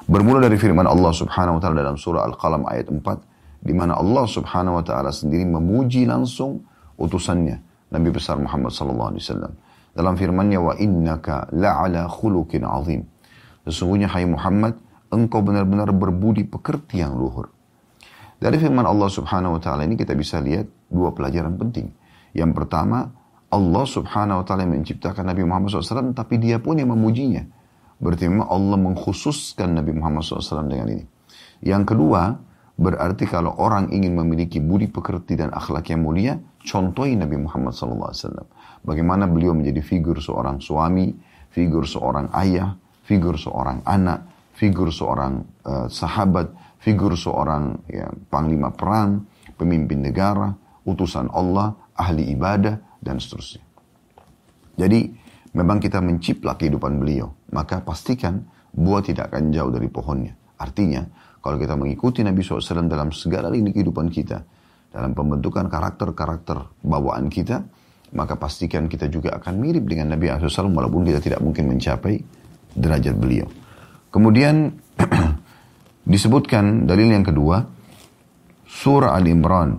Bermula dari firman Allah Subhanahu wa taala dalam surah Al-Qalam ayat 4, di mana Allah Subhanahu wa taala sendiri memuji langsung utusannya Nabi besar Muhammad sallallahu alaihi wasallam. Dalam firman-Nya, wa innaka la'ala khuluqin azim. Sesungguhnya hai Muhammad, engkau benar-benar berbudi pekerti yang luhur. Dari firman Allah Subhanahu wa taala ini kita bisa lihat dua pelajaran penting. Yang pertama, Allah Subhanahu wa taala menciptakan Nabi Muhammad SAW, tapi dia pun yang memujinya. Berarti memang Allah mengkhususkan Nabi Muhammad SAW dengan ini. Yang kedua, berarti kalau orang ingin memiliki budi pekerti dan akhlak yang mulia, contohi Nabi Muhammad SAW. Bagaimana beliau menjadi figur seorang suami, figur seorang ayah, figur seorang anak, figur seorang sahabat, figur seorang panglima perang, pemimpin negara, utusan Allah, ahli ibadah, dan seterusnya. Jadi, memang kita menciplak kehidupan beliau, maka pastikan buah tidak akan jauh dari pohonnya. Artinya, kalau kita mengikuti Nabi SAW dalam segala lini kehidupan kita, dalam pembentukan karakter-karakter bawaan kita, maka pastikan kita juga akan mirip dengan Nabi SAW walaupun kita tidak mungkin mencapai derajat beliau. Kemudian disebutkan dalil yang kedua, surah Al-Imran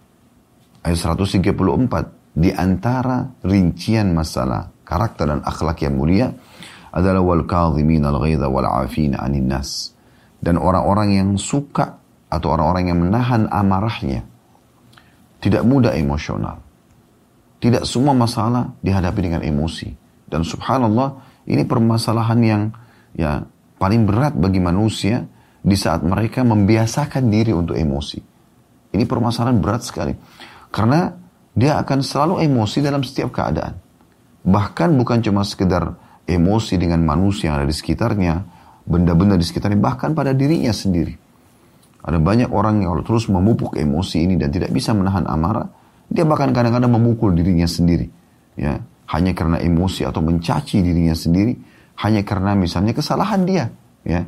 ayat 134, di antara rincian masalah karakter dan akhlak yang mulia adalah wal kadhimin al-ghaidha wal 'afina 'anil nas, dan orang-orang yang suka atau orang-orang yang menahan amarahnya, tidak mudah emosional. Tidak semua masalah dihadapi dengan emosi, dan subhanallah ini permasalahan yang paling berat bagi manusia di saat mereka membiasakan diri untuk emosi. Ini permasalahan berat sekali karena dia akan selalu emosi dalam setiap keadaan. Bahkan bukan cuma sekedar emosi dengan manusia yang ada di sekitarnya, benda-benda di sekitarnya, bahkan pada dirinya sendiri. Ada banyak orang yang terus memupuk emosi ini dan tidak bisa menahan amarah, dia bahkan kadang-kadang memukul dirinya sendiri. Ya, hanya karena emosi atau mencaci dirinya sendiri, hanya karena misalnya kesalahan dia. Ya,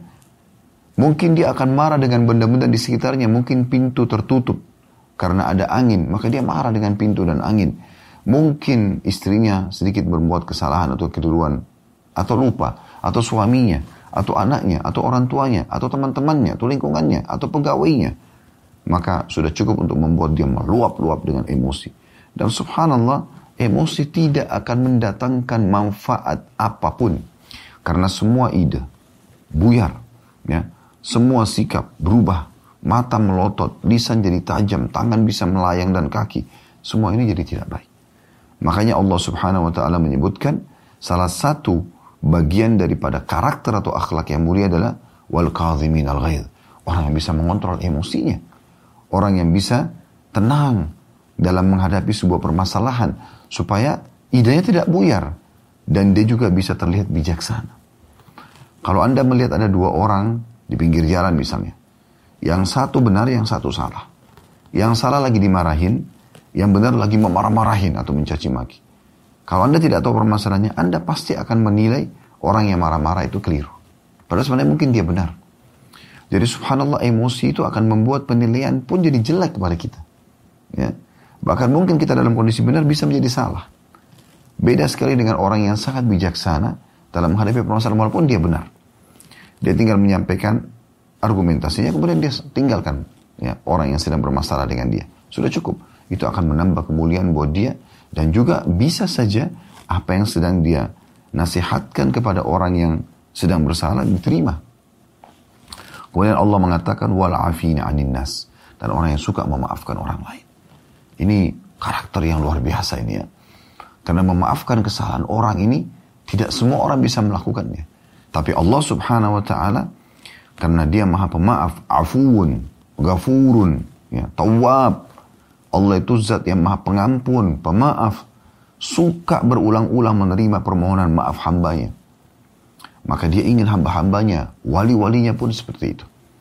mungkin dia akan marah dengan benda-benda di sekitarnya, mungkin pintu tertutup karena ada angin, maka dia marah dengan pintu dan angin. Mungkin istrinya sedikit berbuat kesalahan atau kekeliruan, atau lupa, atau suaminya, atau anaknya, atau orang tuanya, atau teman-temannya, atau lingkungannya, atau pegawainya. Maka sudah cukup untuk membuat dia meluap-luap dengan emosi. Dan subhanallah, emosi tidak akan mendatangkan manfaat apapun. Karena semua ide buyar, ya, semua sikap berubah, mata melotot, lisan jadi tajam, tangan bisa melayang dan kaki. Semua ini jadi tidak baik. Makanya Allah Subhanahu wa taala menyebutkan salah satu bagian daripada karakter atau akhlak yang mulia adalah wal kadhimin al ghaidh. Orang yang bisa mengontrol emosinya. Orang yang bisa tenang dalam menghadapi sebuah permasalahan supaya idenya tidak buyar dan dia juga bisa terlihat bijaksana. Kalau Anda melihat ada dua orang di pinggir jalan misalnya, yang satu benar, yang satu salah. Yang salah lagi dimarahin, yang benar lagi memarah-marahin atau mencaci maki. Kalau Anda tidak tahu permasalahannya, Anda pasti akan menilai orang yang marah-marah itu keliru. Padahal sebenarnya mungkin dia benar. Jadi subhanallah, emosi itu akan membuat penilaian pun jadi jelek kepada kita. Ya. Bahkan mungkin kita dalam kondisi benar bisa menjadi salah. Beda sekali dengan orang yang sangat bijaksana dalam menghadapi permasalahan walaupun dia benar. Dia tinggal menyampaikan argumentasinya, kemudian dia tinggalkan orang yang sedang bermasalah dengan dia. Sudah cukup. Itu akan menambah kemuliaan buat dia, dan juga bisa saja apa yang sedang dia nasihatkan kepada orang yang sedang bersalah diterima. Kemudian Allah mengatakan wal afina 'anil nas, dan orang yang suka memaafkan orang lain. Ini karakter yang luar biasa ini ya. Karena memaafkan kesalahan orang ini tidak semua orang bisa melakukannya. Tapi Allah Subhanahu wa taala karena dia Maha Pemaaf, Afuun, Ghafurun, ya, Tawwab. Allah itu zat yang Maha Pengampun, Pemaaf, suka berulang-ulang menerima permohonan maaf hambanya. Maka dia ingin hamba-hambanya, wali-walinya pun seperti itu.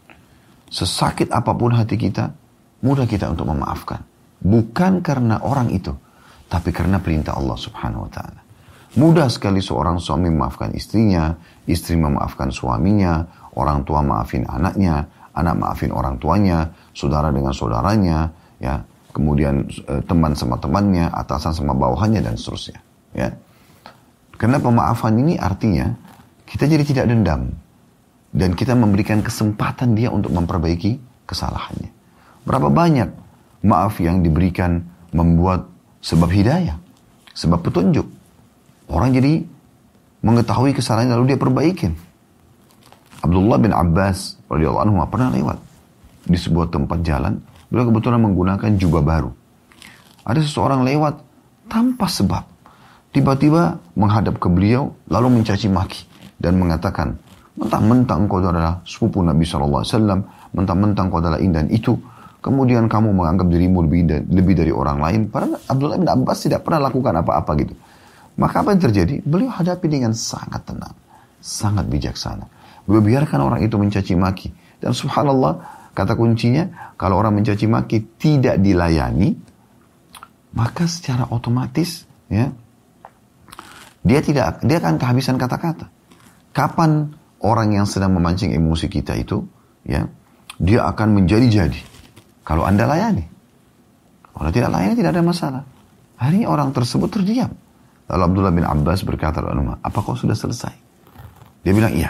Sesakit apapun hati kita, mudah kita untuk memaafkan. Bukan karena orang itu, tapi karena perintah Allah Subhanahu wa taala. Mudah sekali seorang suami memaafkan istrinya, istri memaafkan suaminya, orang tua maafin anaknya, anak maafin orang tuanya, saudara dengan saudaranya, ya. Kemudian teman sama temannya, atasan sama bawahannya, dan seterusnya. Ya. Karena pemaafan ini artinya kita jadi tidak dendam. Dan kita memberikan kesempatan dia untuk memperbaiki kesalahannya. Berapa banyak maaf yang diberikan membuat sebab hidayah, sebab petunjuk. Orang jadi mengetahui kesalahannya lalu dia perbaikin. Abdullah bin Abbas radhiyallahu anhu pernah lewat di sebuah tempat jalan. Beliau kebetulan menggunakan jubah baru. Ada seseorang lewat tanpa sebab. Tiba-tiba menghadap ke beliau lalu mencaci maki dan mengatakan, mentang-mentang kau adalah sepupu Nabi SAW, mentang-mentang kau adalah ini dan itu, kemudian kamu menganggap dirimu lebih dari orang lain. Padahal Abdullah bin Abbas tidak pernah lakukan apa-apa gitu. Maka apa yang terjadi? Beliau hadapi dengan sangat tenang, sangat bijaksana. Beliau biarkan orang itu mencaci maki. Dan subhanallah, kata kuncinya, kalau orang mencaci maki tidak dilayani, maka secara otomatis ya, dia akan kehabisan kata-kata. Kapan orang yang sedang memancing emosi kita itu, ya, dia akan menjadi-jadi. Kalau Anda layani. Kalau tidak layani tidak ada masalah. Akhirnya orang tersebut terdiam. Lalu Abdullah bin Abbas berkata, apa kau sudah selesai? Dia bilang, iya.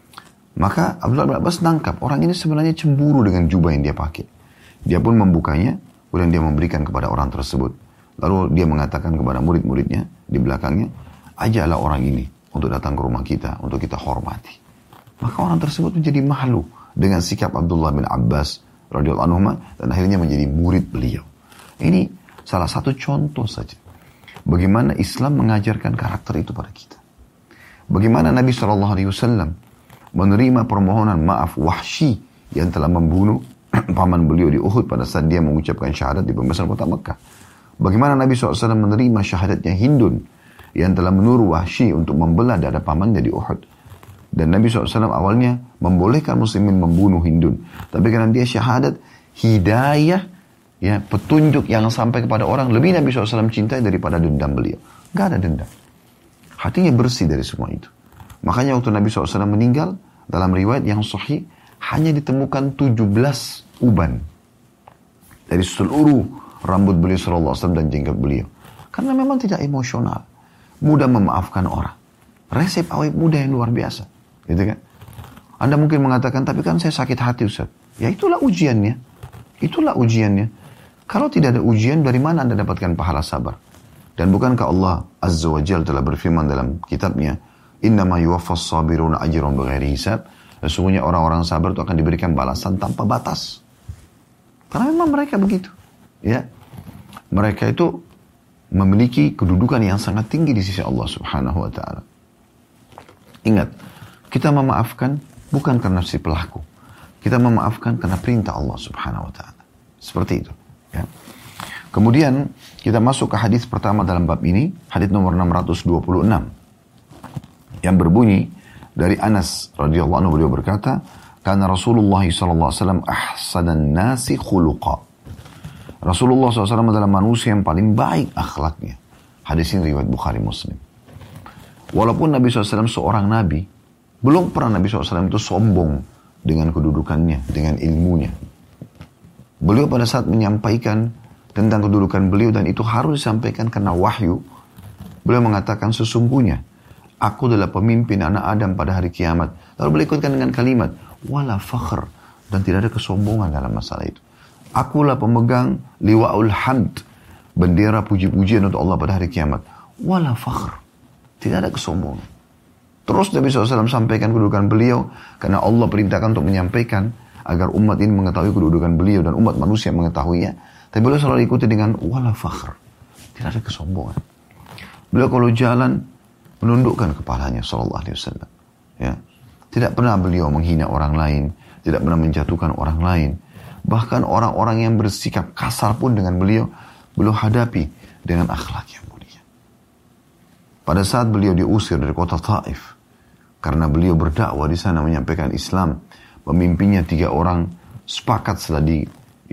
Maka Abdullah bin Abbas nangkap, orang ini sebenarnya cemburu dengan jubah yang dia pakai. Dia pun membukanya, kemudian dia memberikan kepada orang tersebut. Lalu dia mengatakan kepada murid-muridnya di belakangnya, ajaklah orang ini untuk datang ke rumah kita, untuk kita hormati. Maka orang tersebut menjadi malu dengan sikap Abdullah bin Abbas radhiyallahu anhu dan akhirnya menjadi murid beliau. Ini salah satu contoh saja bagaimana Islam mengajarkan karakter itu pada kita. Bagaimana Nabi SAW menerima permohonan maaf Wahsy yang telah membunuh paman beliau di Uhud pada saat dia mengucapkan syahadat di pembebasan kota Mekah. Bagaimana Nabi SAW menerima syahadatnya Hindun yang telah menyuruh Wahsy untuk membelah dada pamannya di Uhud. Dan Nabi SAW awalnya membolehkan muslimin membunuh Hindun. Tapi karena dia syahadat, hidayah, ya, petunjuk yang sampai kepada orang, lebih Nabi SAW cintai daripada dendam beliau. Gak ada dendam. Hatinya bersih dari semua itu. Makanya waktu Nabi SAW meninggal, dalam riwayat yang sahih, hanya ditemukan 17 uban dari seluruh rambut beliau SAW dan jenggot beliau. Karena memang tidak emosional. Mudah memaafkan orang. Resep awet muda yang luar biasa. Gitu kan? Anda mungkin mengatakan, tapi kan saya sakit hati Ustaz. Ya itulah ujiannya. Itulah ujiannya. Kalau tidak ada ujian, dari mana Anda dapatkan pahala sabar? Dan bukankah Allah Azza wa Jalla telah berfirman dalam kitabnya, innama yuwaffas sabiruna ajrahum bighairi hisab. Sesungguhnya orang-orang sabar itu akan diberikan balasan tanpa batas. Karena memang mereka begitu. Ya. Mereka itu memiliki kedudukan yang sangat tinggi di sisi Allah Subhanahu wa taala. Ingat, kita memaafkan bukan karena si pelaku. Kita memaafkan karena perintah Allah Subhanahu wa taala. Seperti itu, ya. Kemudian kita masuk ke hadis pertama dalam bab ini, hadis nomor 626. Yang berbunyi dari Anas radhiyallahu anhu, beliau berkata, "Kana Rasulullah sallallahu alaihi wasallam ahsanan nasi khuluqa." Rasulullah SAW adalah manusia yang paling baik akhlaknya. Hadis ini riwayat Bukhari Muslim. Walaupun Nabi SAW seorang Nabi, belum pernah Nabi SAW itu sombong dengan kedudukannya, dengan ilmunya. Beliau pada saat menyampaikan tentang kedudukan beliau, dan itu harus disampaikan karena wahyu, beliau mengatakan, sesungguhnya aku adalah pemimpin anak Adam pada hari kiamat. Lalu beliau ikutkan dengan kalimat, wala fakhr, dan tidak ada kesombongan dalam masalah itu. Akulah pemegang liwa'ul hamd, bendera puji-pujian untuk Allah pada hari kiamat. Wala fakhr, tidak ada kesombongan. Terus Nabi SAW sampaikan kedudukan beliau, karena Allah perintahkan untuk menyampaikan agar umat ini mengetahui kedudukan beliau dan umat manusia mengetahuinya. Tapi beliau selalu ikuti dengan wala fakhr, tidak ada kesombongan. Beliau kalau jalan menundukkan kepalanya sallallahu alaihi wasallam. Ya. Tidak pernah beliau menghina orang lain, tidak pernah menjatuhkan orang lain. Bahkan orang-orang yang bersikap kasar pun dengan beliau hadapi dengan akhlak yang mulia. Pada saat beliau diusir dari kota Taif, karena beliau berdakwah di sana menyampaikan Islam, pemimpinnya 3 orang sepakat setelah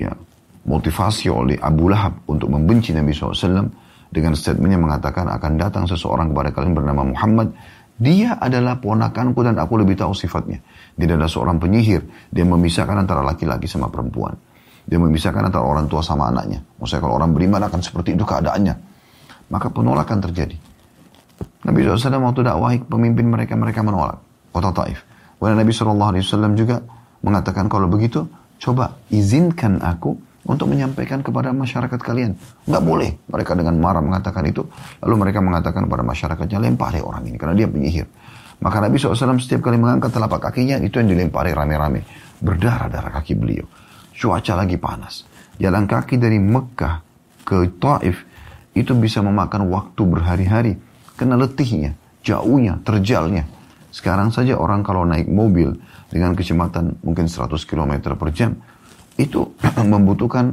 motivasi oleh Abu Lahab untuk membenci Nabi SAW, dengan statementnya mengatakan, akan datang seseorang kepada kalian bernama Muhammad, dia adalah ponakanku dan aku lebih tahu sifatnya. Dia adalah seorang penyihir. Dia memisahkan antara laki-laki sama perempuan. Dia memisahkan antara orang tua sama anaknya. Maksudnya kalau orang beriman akan seperti itu keadaannya. Maka penolakan terjadi. Nabi SAW waktu dakwahi pemimpin mereka menolak kota Taif. Kemudian Nabi SAW juga mengatakan, kalau begitu, coba izinkan aku untuk menyampaikan kepada masyarakat kalian. Nggak boleh. Mereka dengan marah mengatakan itu. Lalu mereka mengatakan kepada masyarakatnya, lempari orang ini, karena dia penyihir. Maka Nabi SAW setiap kali mengangkat telapak kakinya, itu yang dilempari rame-rame. Berdarah-darah kaki beliau. Cuaca lagi panas. Jalan kaki dari Mekah ke Taif, itu bisa memakan waktu berhari-hari. Kena letihnya, jauhnya, terjalnya. Sekarang saja orang kalau naik mobil dengan kecepatan mungkin 100 km per jam, itu membutuhkan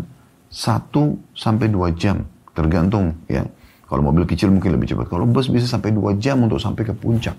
1 sampai 2 jam. Tergantung ya. Kalau mobil kecil mungkin lebih cepat. Kalau bus bisa sampai 2 jam untuk sampai ke puncak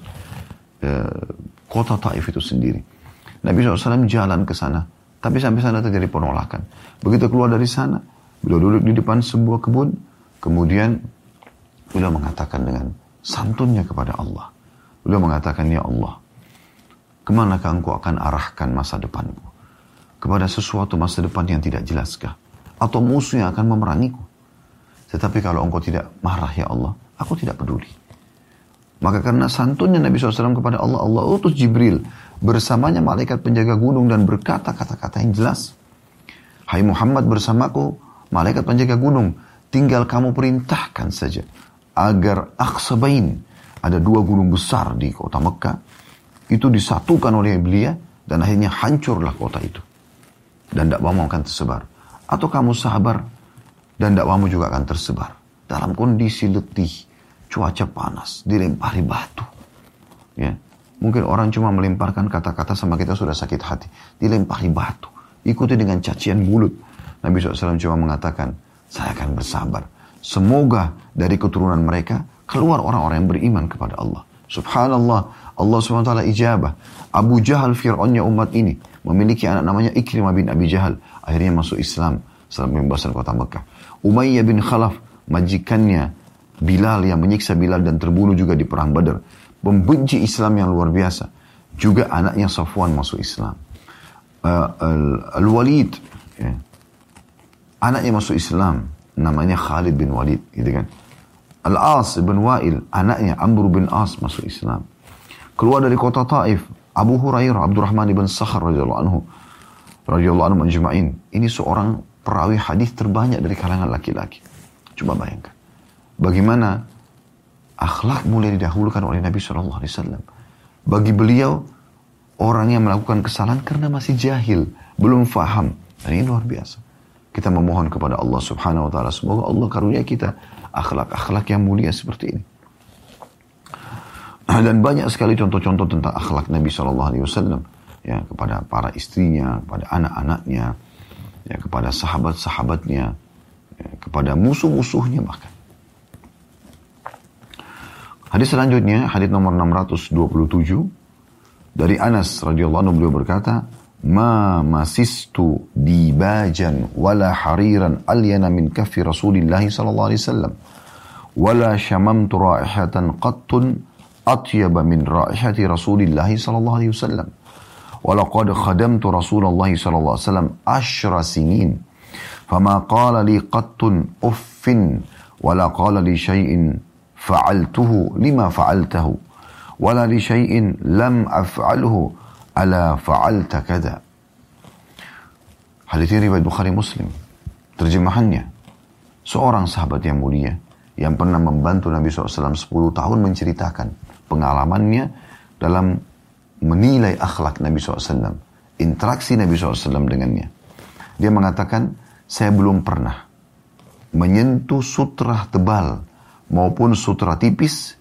kota Taif itu sendiri. Nabi SAW jalan ke sana. Tapi sampai sana terjadi penolakan. Begitu keluar dari sana, beliau duduk di depan sebuah kebun. Kemudian beliau mengatakan dengan santunnya kepada Allah. Beliau mengatakan, ya Allah, kemanakah engkau akan arahkan masa depanku? Kepada sesuatu masa depan yang tidak jelaskah? Atau musuh yang akan memerangiku? Tetapi kalau engkau tidak marah ya Allah, aku tidak peduli. Maka karena santunnya Nabi SAW kepada Allah, Allah utus Jibril bersamanya malaikat penjaga gunung dan berkata kata-kata yang jelas. Hai Muhammad, bersamaku malaikat penjaga gunung, tinggal kamu perintahkan saja agar Aqsabain, ada 2 gunung besar di kota Mekah, itu disatukan oleh beliau dan akhirnya hancurlah kota itu. Dan dakwamu akan tersebar. Atau kamu sabar dan dakwamu juga akan tersebar. Dalam kondisi letih, cuaca panas, dilempari batu. Ya. Mungkin orang cuma melemparkan kata-kata sama kita sudah sakit hati. Dilempari batu. Ikuti dengan cacian mulut. Nabi SAW cuma mengatakan, saya akan bersabar. Semoga dari keturunan mereka keluar orang-orang yang beriman kepada Allah. Subhanallah, Allah SWT ijabah. Abu Jahal Fir'aunnya umat ini memiliki anak namanya Ikrimah bin Abi Jahal. Akhirnya masuk Islam setelah pembebasan kota Mekah. Umayyah bin Khalaf, majikannya Bilal yang menyiksa Bilal dan terbunuh juga di perang Badar. Pembenci Islam yang luar biasa. Juga anaknya Safwan masuk Islam. Al-Walid, ya. Anaknya masuk Islam. Namanya Khalid bin Walid. Gitu kan. Al-As bin Wa'il, anaknya Amr bin As masuk Islam. Keluar dari kota Taif, Abu Hurairah, Abdurrahman bin Sakhar radhiyallahu anhu majma'in. Ini seorang perawi hadis terbanyak dari kalangan laki-laki. Coba bayangkan. Bagaimana akhlak mulai didahulukan oleh Nabi SAW. Bagi beliau, orang yang melakukan kesalahan karena masih jahil, belum faham. Dan ini luar biasa. Kita memohon kepada Allah Subhanahu wa Ta'ala, semoga Allah karunia kita akhlak-akhlak yang mulia seperti ini. Dan banyak sekali contoh-contoh tentang akhlak Nabi SAW. Ya, kepada para istrinya, kepada anak-anaknya, ya, kepada sahabat-sahabatnya, ya, kepada musuh-musuhnya bahkan. Hadis selanjutnya, hadis nomor 627 dari Anas radhiyallahu anhu, beliau berkata, "Ma masistu dibajan wala hariran alyana min kaffi Rasulillah sallallahu alaihi wasallam, wala shamamtu raihatan qattun atyaba min raihati Rasulillah sallallahu alaihi wasallam, walaqad khadamtu Rasulullah sallallahu alaihi wasallam 10 sinin, fama qala li qattun uffin wala qala li shay'in fa'altuhu lima fa'altahu wala li syai'in lam af'alhu ala fa'alta kada." Hadis ini riwayat Bukhari Muslim. Terjemahannya, seorang sahabat yang mulia yang pernah membantu Nabi SAW 10 tahun menceritakan pengalamannya dalam menilai akhlak Nabi SAW, interaksi Nabi SAW dengannya. Dia mengatakan, saya belum pernah menyentuh sutra tebal maupun sutra tipis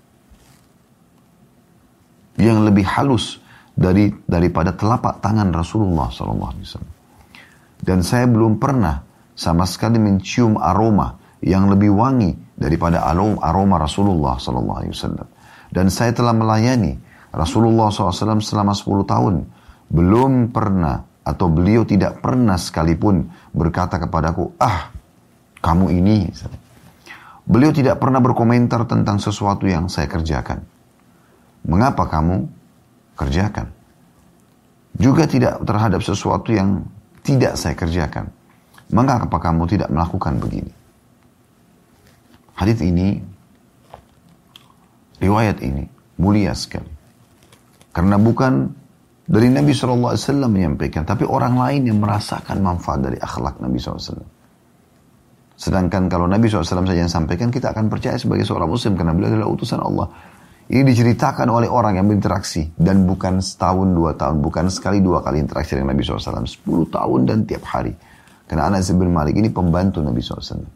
yang lebih halus daripada telapak tangan Rasulullah SAW. Dan saya belum pernah sama sekali mencium aroma yang lebih wangi daripada aroma Rasulullah SAW. Dan saya telah melayani Rasulullah SAW selama 10 tahun. Belum pernah atau beliau tidak pernah sekalipun berkata kepadaku, kamu ini. Beliau tidak pernah berkomentar tentang sesuatu yang saya kerjakan. Mengapa kamu kerjakan? Juga tidak terhadap sesuatu yang tidak saya kerjakan. Mengapa kamu tidak melakukan begini? Hadits ini, riwayat ini mulia sekali. Karena bukan dari Nabi SAW menyampaikan, tapi orang lain yang merasakan manfaat dari akhlak Nabi SAW. Sedangkan kalau Nabi SAW saja yang sampaikan, kita akan percaya sebagai seorang muslim karena beliau adalah utusan Allah. Ini diceritakan oleh orang yang berinteraksi, dan bukan setahun 2 tahun, bukan sekali 2 kali interaksi dengan Nabi SAW, 10 tahun dan tiap hari. Karena Anas bin Malik ini pembantu Nabi SAW.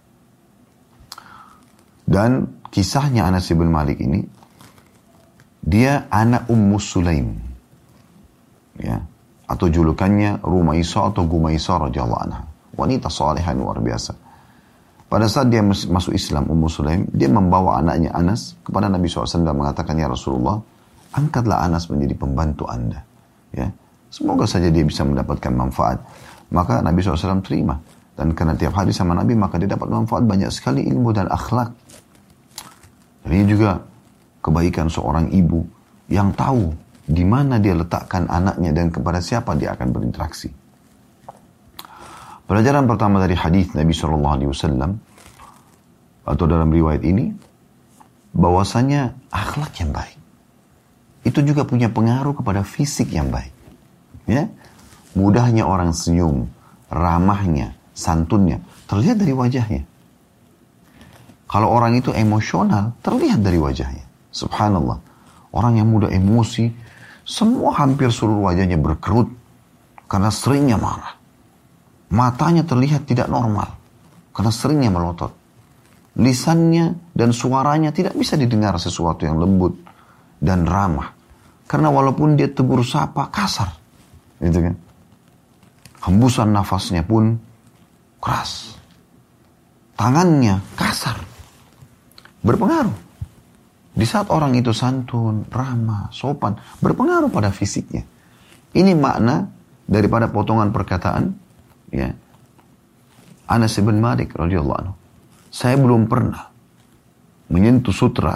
Dan kisahnya Anas bin Malik ini, dia anak Ummu Sulaim, ya, atau julukannya Rumaisa atau Gumaisa radhiyallahu anha, wanita salihah luar biasa. Pada saat dia masuk Islam, Ummu Sulaim, dia membawa anaknya Anas kepada Nabi SAW dan mengatakan, ya Rasulullah, angkatlah Anas menjadi pembantu Anda. Ya, semoga saja dia bisa mendapatkan manfaat. Maka Nabi SAW terima. Dan karena tiap hari sama Nabi, maka dia dapat manfaat banyak sekali ilmu dan akhlak. Dan ini juga kebaikan seorang ibu yang tahu di mana dia letakkan anaknya dan kepada siapa dia akan berinteraksi. Pelajaran pertama dari hadis Nabi SAW atau dalam riwayat ini, bahwasanya akhlak yang baik itu juga punya pengaruh kepada fisik yang baik. Ya, mudahnya orang senyum, ramahnya, santunnya terlihat dari wajahnya. Kalau orang itu emosional, terlihat dari wajahnya. Subhanallah, orang yang mudah emosi, semua hampir seluruh wajahnya berkerut karena seringnya marah. Matanya terlihat tidak normal karena seringnya melotot. Lisannya dan suaranya tidak bisa didengar sesuatu yang lembut dan ramah. Karena walaupun dia tegur sapa kasar, gitu kan? Hembusan nafasnya pun keras. Tangannya kasar. Berpengaruh. Di saat orang itu santun, ramah, sopan, berpengaruh pada fisiknya. Ini makna daripada potongan perkataan, ya, Anas bin Malik radhiyallahu anhu. Saya belum pernah menyentuh sutra,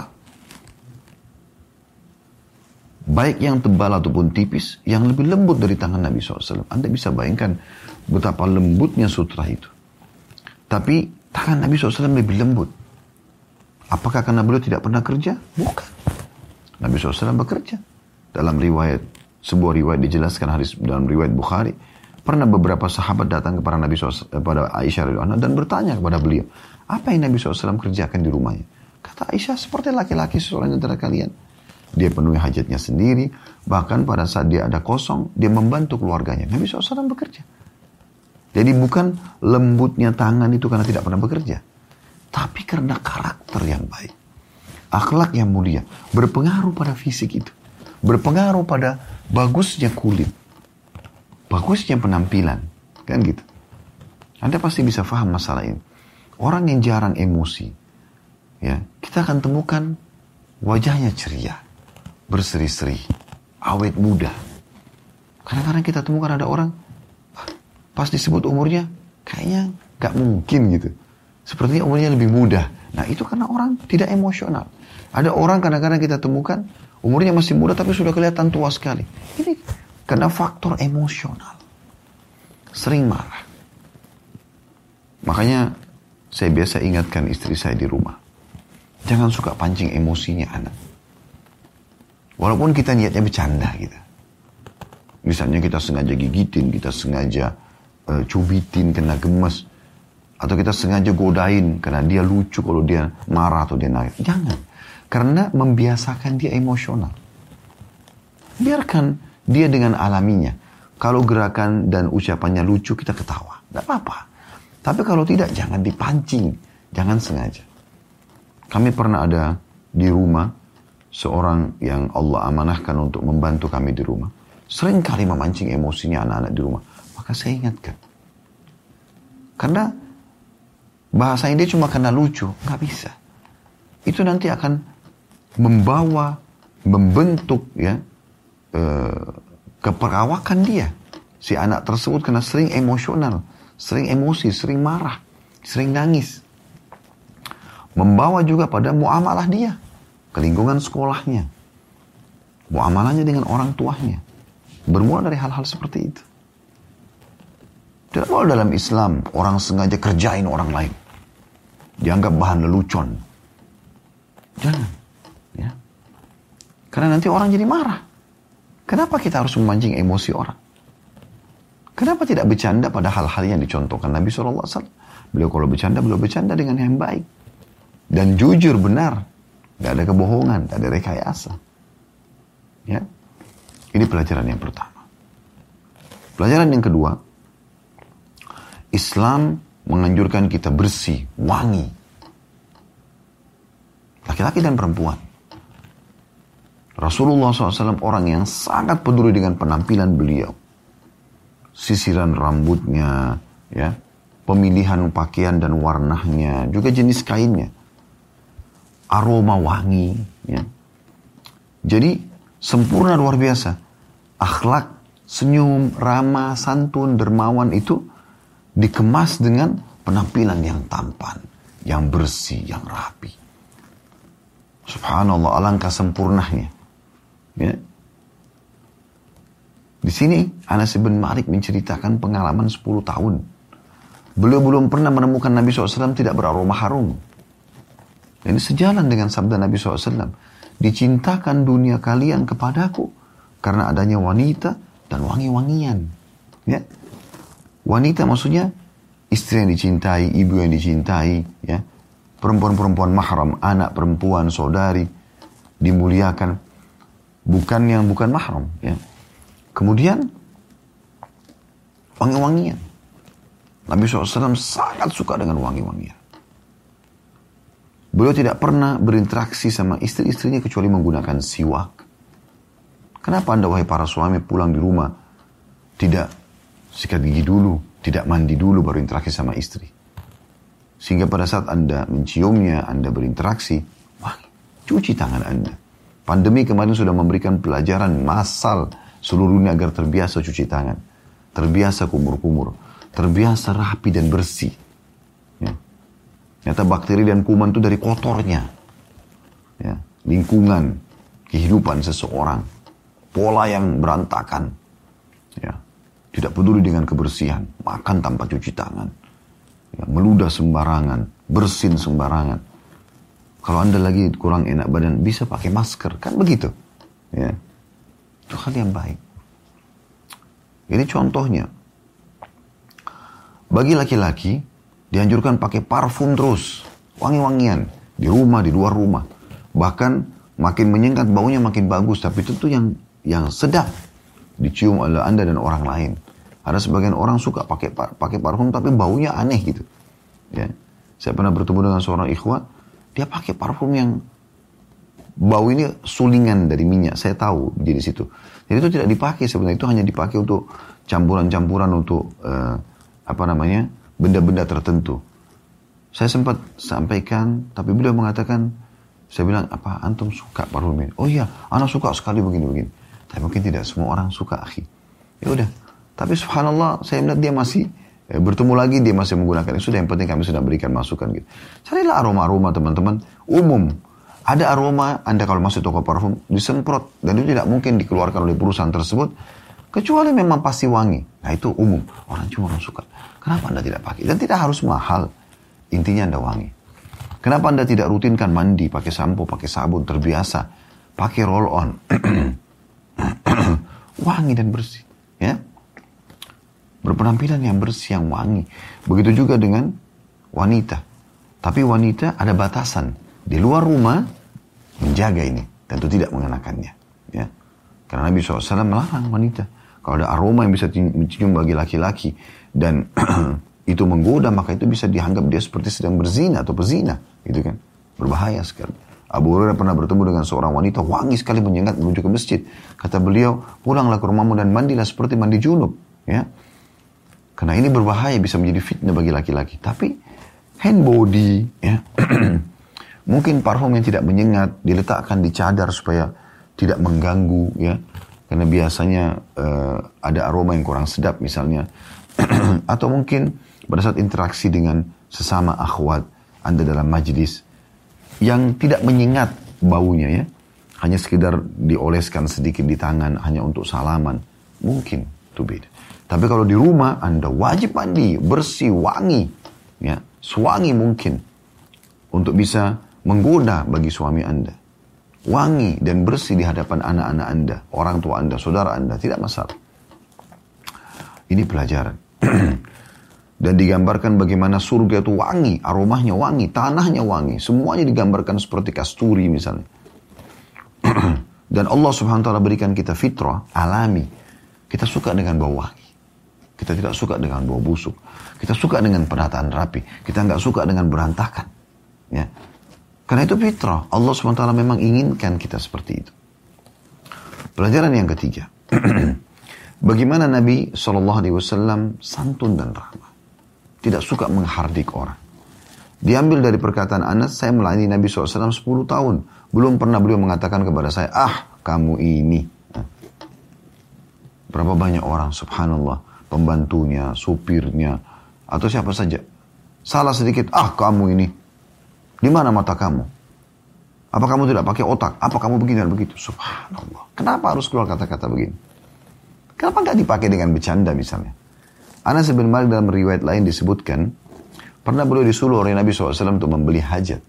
baik yang tebal ataupun tipis, yang lebih lembut dari tangan Nabi SAW. Anda bisa bayangkan betapa lembutnya sutra itu. Tapi tangan Nabi SAW lebih lembut. Apakah karena beliau tidak pernah kerja? Bukan. Nabi SAW bekerja. Dalam sebuah riwayat dijelaskan dalam riwayat Bukhari, pernah beberapa sahabat datang kepada Nabi SAW, kepada Aisyah radhiyallahu anha, dan bertanya kepada beliau, apa yang Nabi SAW kerjakan di rumahnya? Kata Aisyah, seperti laki-laki seorang antara kalian. Dia penuhi hajatnya sendiri, bahkan pada saat dia ada kosong, dia membantu keluarganya. Nabi SAW bekerja. Jadi bukan lembutnya tangan itu karena tidak pernah bekerja, tapi karena karakter yang baik, akhlak yang mulia, berpengaruh pada fisik itu, berpengaruh pada bagusnya kulit, bagusnya penampilan, kan gitu. Anda pasti bisa paham masalah ini. Orang yang jarang emosi, ya, kita akan temukan wajahnya ceria, berseri-seri, awet muda. Kadang-kadang kita temukan ada orang, pas disebut umurnya, kayaknya gak mungkin gitu. Sepertinya umurnya lebih muda. Nah itu karena orang tidak emosional. Ada orang kadang-kadang kita temukan, umurnya masih muda tapi sudah kelihatan tua sekali. Ini karena faktor emosional. Sering marah. Makanya saya biasa ingatkan istri saya di rumah, jangan suka pancing emosinya anak. Walaupun kita niatnya bercanda gitu. Misalnya kita sengaja gigitin, kita sengaja cubitin kena gemes, atau kita sengaja godain karena dia lucu kalau dia marah atau dia nangis. Jangan. Karena membiasakan dia emosional. Biarkan dia dengan alaminya. Kalau gerakan dan ucapannya lucu, kita ketawa. Tidak apa-apa. Tapi kalau tidak, jangan dipancing. Jangan sengaja. Kami pernah ada di rumah seorang yang Allah amanahkan untuk membantu kami di rumah. Sering kali memancing emosinya anak-anak di rumah. Maka saya ingatkan. Karena bahasanya dia cuma karena lucu. Nggak bisa. Itu nanti akan membentuk ya, keperawakan dia. Si anak tersebut karena sering emosional, sering emosi, sering marah, sering nangis. Membawa juga pada muamalah dia, ke lingkungan sekolahnya, muamalahnya dengan orang tuanya. Bermula dari hal-hal seperti itu. Tidak boleh dalam Islam orang sengaja kerjain orang lain, dianggap bahan lelucon. Jangan. Ya. Karena nanti orang jadi marah. Kenapa kita harus memancing emosi orang? Kenapa tidak bercanda pada hal-hal yang dicontohkan Nabi SAW? Beliau kalau bercanda, beliau bercanda dengan yang baik. Dan jujur, benar. Gak ada kebohongan, gak ada rekayasa. Ya, ini pelajaran yang pertama. Pelajaran yang kedua, Islam menganjurkan kita bersih, wangi. Laki-laki dan perempuan. Rasulullah SAW orang yang sangat peduli dengan penampilan beliau. Sisiran rambutnya, ya, pemilihan pakaian dan warnanya, juga jenis kainnya. Aroma wangi. Ya. Jadi sempurna luar biasa. Akhlak, senyum, ramah, santun, dermawan itu dikemas dengan penampilan yang tampan, yang bersih, yang rapi. Subhanallah, alangkah sempurnanya. Ya. Di sini Anas bin Malik menceritakan pengalaman 10 tahun. Beliau belum pernah menemukan Nabi SAW tidak beraroma harum. Ini sejalan dengan sabda Nabi SAW. Dicintakan dunia kalian kepadaku karena adanya wanita dan wangi-wangian. Ya. Wanita maksudnya istri yang dicintai, ibu yang dicintai, ya. Perempuan-perempuan mahram, anak perempuan, saudari, dimuliakan. Bukan yang bukan mahram. Ya. Kemudian, wangi-wangian. Nabi SAW sangat suka dengan wangi-wangian. Beliau tidak pernah berinteraksi sama istri-istrinya kecuali menggunakan siwak. Kenapa Anda, wahai para suami, pulang di rumah tidak sikat gigi dulu, tidak mandi dulu baru interaksi sama istri? Sehingga pada saat Anda menciumnya, Anda berinteraksi, wangi. Cuci tangan Anda. Pandemi kemarin sudah memberikan pelajaran massal seluruh dunia agar terbiasa cuci tangan. Terbiasa kumur-kumur. Terbiasa rapi dan bersih. Ya. Ternyata bakteri dan kuman itu dari kotornya. Ya. Lingkungan, kehidupan seseorang. Pola yang berantakan. Ya. Tidak peduli dengan kebersihan. Makan tanpa cuci tangan. Ya. Meludah sembarangan. Bersin sembarangan. Kalau Anda lagi kurang enak badan, bisa pakai masker. Kan begitu. Ya. Itu hal yang baik. Ini contohnya. Bagi laki-laki, dianjurkan pakai parfum terus. Wangi-wangian. Di rumah, di luar rumah. Bahkan makin menyengat baunya makin bagus. Tapi tentu yang sedap. Dicium oleh Anda dan orang lain. Ada sebagian orang suka pakai parfum tapi baunya aneh gitu. Ya. Saya pernah bertemu dengan seorang ikhwah. Dia pakai parfum yang bau ini sulingan dari minyak. Saya tahu di situ. Jadi itu tidak dipakai sebenarnya. Itu hanya dipakai untuk campuran-campuran untuk benda-benda tertentu. Saya sempat sampaikan, tapi beliau mengatakan, saya bilang, apa antum suka parfum ini? Oh iya, anak suka sekali begini-begini. Tapi mungkin tidak semua orang suka, akhi. Ya udah. Tapi subhanallah, saya melihat dia masih bertemu lagi, dia masih menggunakan. Sudah, yang penting kami sudah berikan masukan gitu. Carilah aroma-aroma teman-teman umum. Ada aroma, Anda kalau masuk toko parfum, disemprot. Dan itu tidak mungkin dikeluarkan oleh perusahaan tersebut. Kecuali memang pasti wangi. Nah itu umum. Orang suka. Kenapa Anda tidak pakai? Dan tidak harus mahal. Intinya Anda wangi. Kenapa Anda tidak rutinkan mandi, pakai sampo, pakai sabun, terbiasa. Pakai roll on. Wangi dan bersih. Ya. Berpenampilan yang bersih, yang wangi. Begitu juga dengan wanita. Tapi wanita ada batasan. Di luar rumah, menjaga ini. Tentu tidak mengenakannya. Ya. Karena Nabi SAW melarang wanita. Kalau ada aroma yang bisa mencium bagi laki-laki. Dan itu menggoda, maka itu bisa dianggap dia seperti sedang berzina atau pezina. Gitu kan. Berbahaya sekali. Abu Hurairah pernah bertemu dengan seorang wanita. Wangi sekali menyengat menuju ke masjid. Kata beliau, pulanglah ke rumahmu dan mandilah seperti mandi junub. Ya. Karena ini berbahaya, bisa menjadi fitnah bagi laki-laki. Tapi hand body, ya. Mungkin parfum yang tidak menyengat diletakkan di cadar supaya tidak mengganggu, ya. Karena biasanya ada aroma yang kurang sedap misalnya. Atau mungkin pada saat interaksi dengan sesama akhwat Anda dalam majlis yang tidak menyengat baunya, ya. Hanya sekedar dioleskan sedikit di tangan hanya untuk salaman. Mungkin itu beda. Tapi kalau di rumah Anda wajib mandi, bersih, wangi, ya, sewangi mungkin untuk bisa menggoda bagi suami Anda. wangi dan bersih di hadapan anak-anak Anda, orang tua Anda, saudara Anda, tidak masalah. Ini pelajaran. Dan digambarkan bagaimana surga itu wangi, aromanya wangi, tanahnya wangi, semuanya digambarkan seperti kasturi misalnya. Dan Allah Subhanahu wa taala berikan kita fitrah alami. Kita suka dengan bau wangi. Kita tidak suka dengan bau busuk. Kita suka dengan penataan rapi. Kita nggak suka dengan berantakan. Ya. Karena itu fitrah. Allah Subhanahu wa taala memang inginkan kita seperti itu. Pelajaran yang ketiga. Bagaimana Nabi SAW santun dan rahmat. Tidak suka menghardik orang. Diambil dari perkataan Anas, saya melayani Nabi SAW 10 tahun. Belum pernah beliau mengatakan kepada saya, kamu ini. Berapa banyak orang, subhanallah, pembantunya, supirnya, atau siapa saja. Salah sedikit, kamu ini. Di mana mata kamu? Apa kamu tidak pakai otak? Apa kamu begini dan begitu? Subhanallah. Kenapa harus keluar kata-kata begini? Kenapa nggak dipakai dengan bercanda misalnya? Anas bin Malik dalam riwayat lain disebutkan, pernah beliau disuruh oleh Nabi SAW untuk membeli hajat.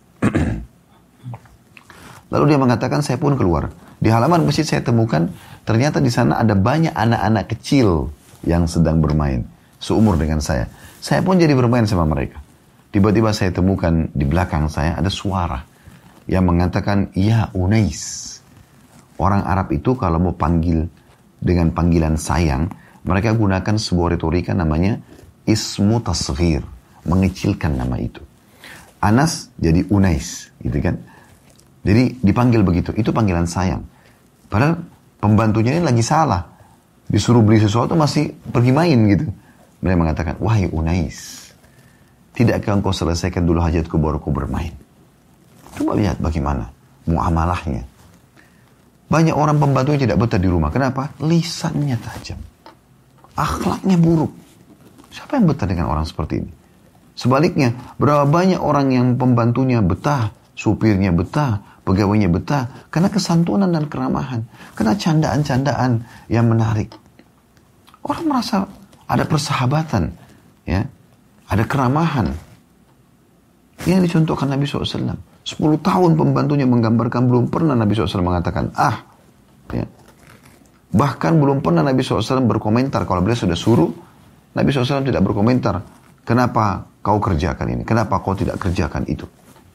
Lalu dia mengatakan, saya pun keluar. Di halaman masjid saya temukan, ternyata di sana ada banyak anak-anak kecil yang sedang bermain. Seumur dengan saya. Saya pun jadi bermain sama mereka. Tiba-tiba saya temukan di belakang saya ada suara yang mengatakan, ya Unais. Orang Arab itu kalau mau panggil dengan panggilan sayang, mereka gunakan sebuah retorika namanya ismu tasghir, mengecilkan nama itu. Anas jadi Unais, gitu kan? Jadi dipanggil begitu, itu panggilan sayang. Padahal pembantunya ini lagi salah. Disuruh beli sesuatu masih pergi main gitu. Mereka mengatakan, wahai Unais, tidakkah engkau selesaikan dulu hajatku baru kau bermain? Coba lihat bagaimana muamalahnya. Banyak orang pembantunya tidak betah di rumah. Kenapa? Lisannya tajam. Akhlaknya buruk. Siapa yang betah dengan orang seperti ini? Sebaliknya, berapa banyak orang yang pembantunya betah, supirnya betah, pegawainya betah, karena kesantunan dan keramahan, karena candaan-candaan yang menarik. Orang merasa ada persahabatan, ya, ada keramahan. Ini yang dicontohkan Nabi SAW. 10 tahun pembantunya menggambarkan, belum pernah Nabi SAW mengatakan, ya. Bahkan belum pernah Nabi SAW berkomentar. Kalau beliau sudah suruh, Nabi SAW tidak berkomentar. Kenapa kau kerjakan ini? Kenapa kau tidak kerjakan itu?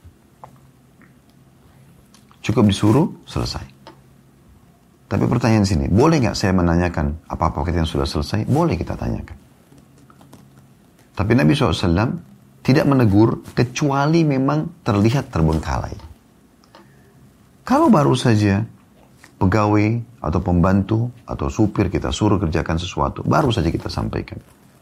Cukup disuruh, selesai. Tapi pertanyaan sini, boleh nggak saya menanyakan apa-apa kita yang sudah selesai? Boleh kita tanyakan. Tapi Nabi SAW tidak menegur, kecuali memang terlihat terbengkalai. Kalau baru saja pegawai atau pembantu atau supir kita suruh kerjakan sesuatu, baru saja kita sampaikan.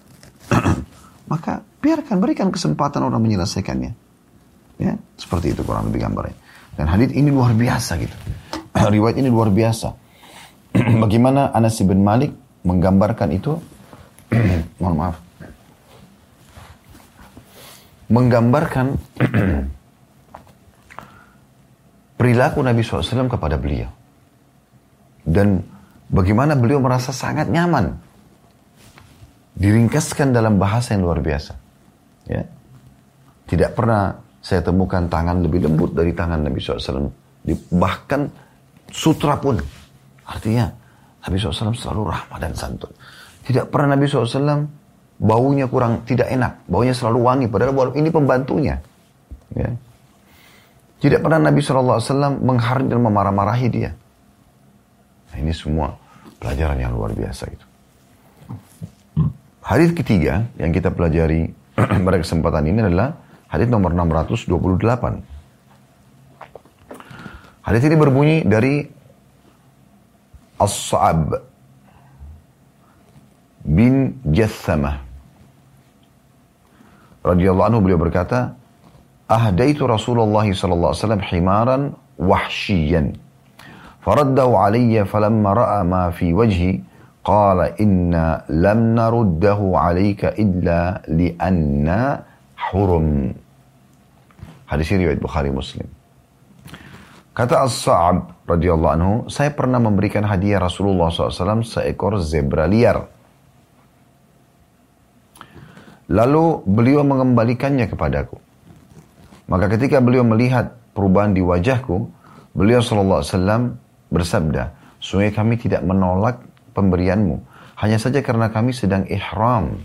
Maka biarkan, berikan kesempatan orang menyelesaikannya. Ya, seperti itu kurang lebih gambarnya. Dan hadits ini luar biasa gitu. Riwayat ini luar biasa. Bagaimana Anas bin Malik menggambarkan itu, mohon maaf. Menggambarkan perilaku Nabi SAW kepada beliau. Dan bagaimana beliau merasa sangat nyaman. Diringkaskan dalam bahasa yang luar biasa. Ya. Tidak pernah saya temukan tangan lebih lembut dari tangan Nabi SAW. Bahkan sutra pun. Artinya Nabi SAW selalu rahmat dan santun. Tidak pernah Nabi SAW baunya kurang tidak enak. Baunya selalu wangi. Padahal ini pembantunya. Ya. Tidak pernah Nabi SAW menghardik dan memarah-marahi dia. Nah, ini semua pelajaran yang luar biasa itu. Hadits ketiga yang kita pelajari pada kesempatan ini adalah hadits nomor 628. Hadits ini berbunyi dari As-Sa'ab bin Jathamah radhiyallahu anhu, beliau berkata, ahdaitu Rasulullah sallallahu alaihi wasallam himaran wahsyiyan faraddahu alayya falamma ra'a ma fi wajhi qala inna lam naruddahu alayka illa li'anna hurum. Hadis ini riwayat Bukhari Muslim. Kata As-Sa'ab radhiyallahu anhu, saya pernah memberikan hadiah Rasulullah SAW seekor zebra liar. Lalu beliau mengembalikannya kepadaku. Maka ketika beliau melihat perubahan di wajahku, Beliau SAW bersabda, sungguh kami tidak menolak pemberianmu, hanya saja karena kami sedang ihram.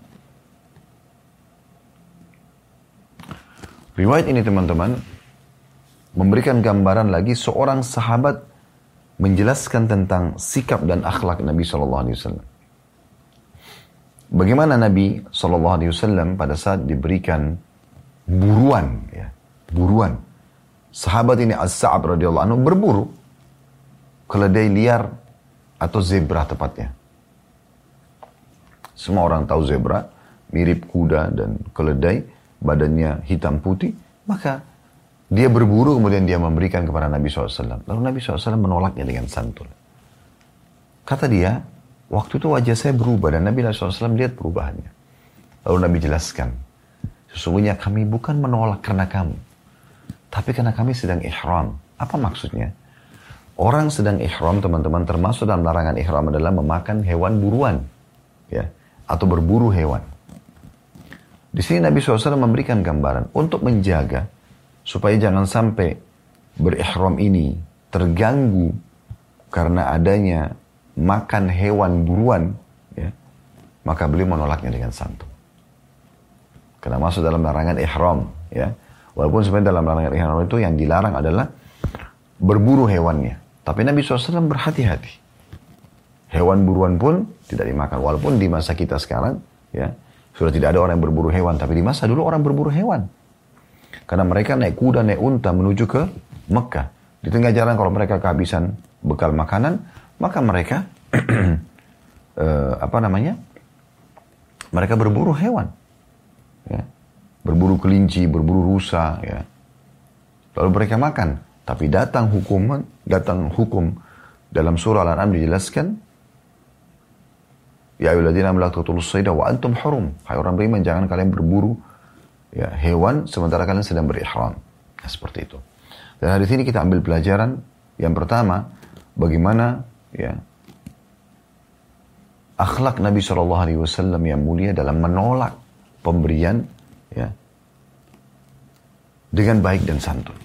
Riwayat ini teman-teman memberikan gambaran lagi seorang sahabat menjelaskan tentang sikap dan akhlak Nabi SAW. Bagaimana Nabi SAW pada saat diberikan buruan, ya, buruan. Sahabat ini As-Sa'ab radhiyallahu anhu berburu keledai liar atau zebra tepatnya. Semua orang tahu zebra, mirip kuda dan keledai, badannya hitam putih. Maka dia berburu kemudian dia memberikan kepada Nabi SAW. Lalu Nabi SAW menolaknya dengan santun. Kata dia, waktu itu wajah saya berubah dan Nabi SAW lihat perubahannya. Lalu Nabi jelaskan, sesungguhnya kami bukan menolak karena kamu, tapi karena kami sedang ihram. Apa maksudnya? Orang sedang ihram, teman-teman, termasuk dalam larangan ihram adalah memakan hewan buruan, ya, atau berburu hewan. Di sini Nabi SAW memberikan gambaran untuk menjaga supaya jangan sampai berihram ini terganggu karena adanya makan hewan buruan, ya, maka beliau menolaknya dengan santun. Karena masuk dalam larangan ihram, ya. Walaupun sebenarnya dalam larangan ihram itu yang dilarang adalah berburu hewannya. Tapi Nabi SAW berhati-hati. Hewan buruan pun tidak dimakan. Walaupun di masa kita sekarang, ya, sudah tidak ada orang yang berburu hewan. Tapi di masa dulu orang berburu hewan. Karena mereka naik kuda, naik unta menuju ke Mekah. Di tengah jalan kalau mereka kehabisan bekal makanan, maka mereka mereka berburu hewan, ya. Berburu kelinci, berburu rusa, ya. Lalu mereka makan. Tapi datang hukum dalam surah Al-An'am dijelaskan, ya ayyuhalladzina amanu la taqtulus sayda wa antum hurum. Hai orang beriman, jangan kalian berburu, ya, hewan sementara kalian sedang berihram. Nah, seperti itu. Dan hari ini kita ambil pelajaran yang pertama, bagaimana, ya, akhlak Nabi SAW yang mulia dalam menolak pemberian, ya, dengan baik dan santun.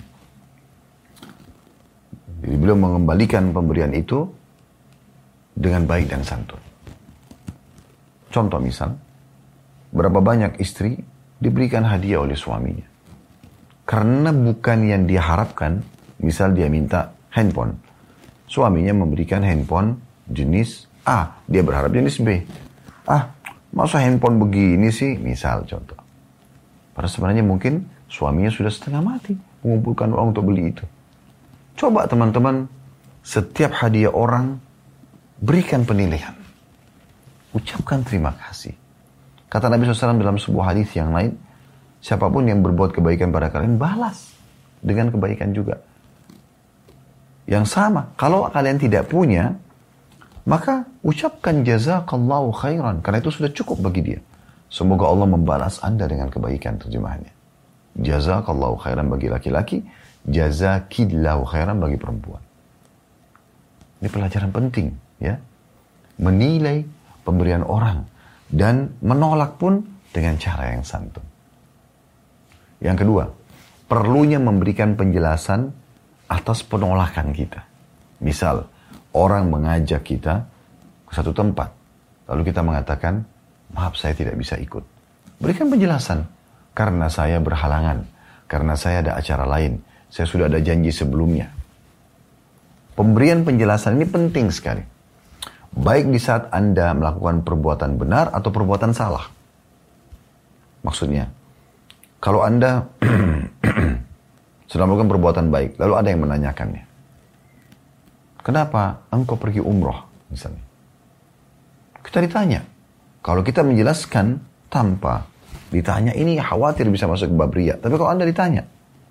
Jadi beliau mengembalikan pemberian itu dengan baik dan santun. Contoh misal, berapa banyak istri diberikan hadiah oleh suaminya. Karena bukan yang dia harapkan, misal dia minta handphone. Suaminya memberikan handphone jenis A, dia berharap jenis B. Masa handphone begini sih? Misal contoh. Padahal sebenarnya mungkin suaminya sudah setengah mati mengumpulkan uang untuk beli itu. Coba teman-teman, setiap hadiah orang berikan penilaian. Ucapkan terima kasih. Kata Nabi SAW dalam sebuah hadis yang lain, siapapun yang berbuat kebaikan pada kalian, balas dengan kebaikan juga. Yang sama, kalau kalian tidak punya, maka ucapkan jazakallahu khairan. Karena itu sudah cukup bagi dia. Semoga Allah membalas Anda dengan kebaikan, terjemahannya. Jazakallahu khairan bagi laki-laki, jazakillahu khairan bagi perempuan. Ini pelajaran penting, ya. Menilai pemberian orang dan menolak pun dengan cara yang santun. Yang kedua, perlunya memberikan penjelasan atas penolakan kita. Misal, orang mengajak kita ke satu tempat, lalu kita mengatakan, maaf saya tidak bisa ikut. Berikan penjelasan, karena saya berhalangan, karena saya ada acara lain, saya sudah ada janji sebelumnya. Pemberian penjelasan ini penting sekali. Baik di saat Anda melakukan perbuatan benar atau perbuatan salah. Maksudnya, kalau Anda sedang melakukan perbuatan baik, lalu ada yang menanyakannya. Kenapa engkau pergi umroh, misalnya? Kita ditanya. Kalau kita menjelaskan tanpa ditanya, ini khawatir bisa masuk ke bab riya. Tapi kalau Anda ditanya,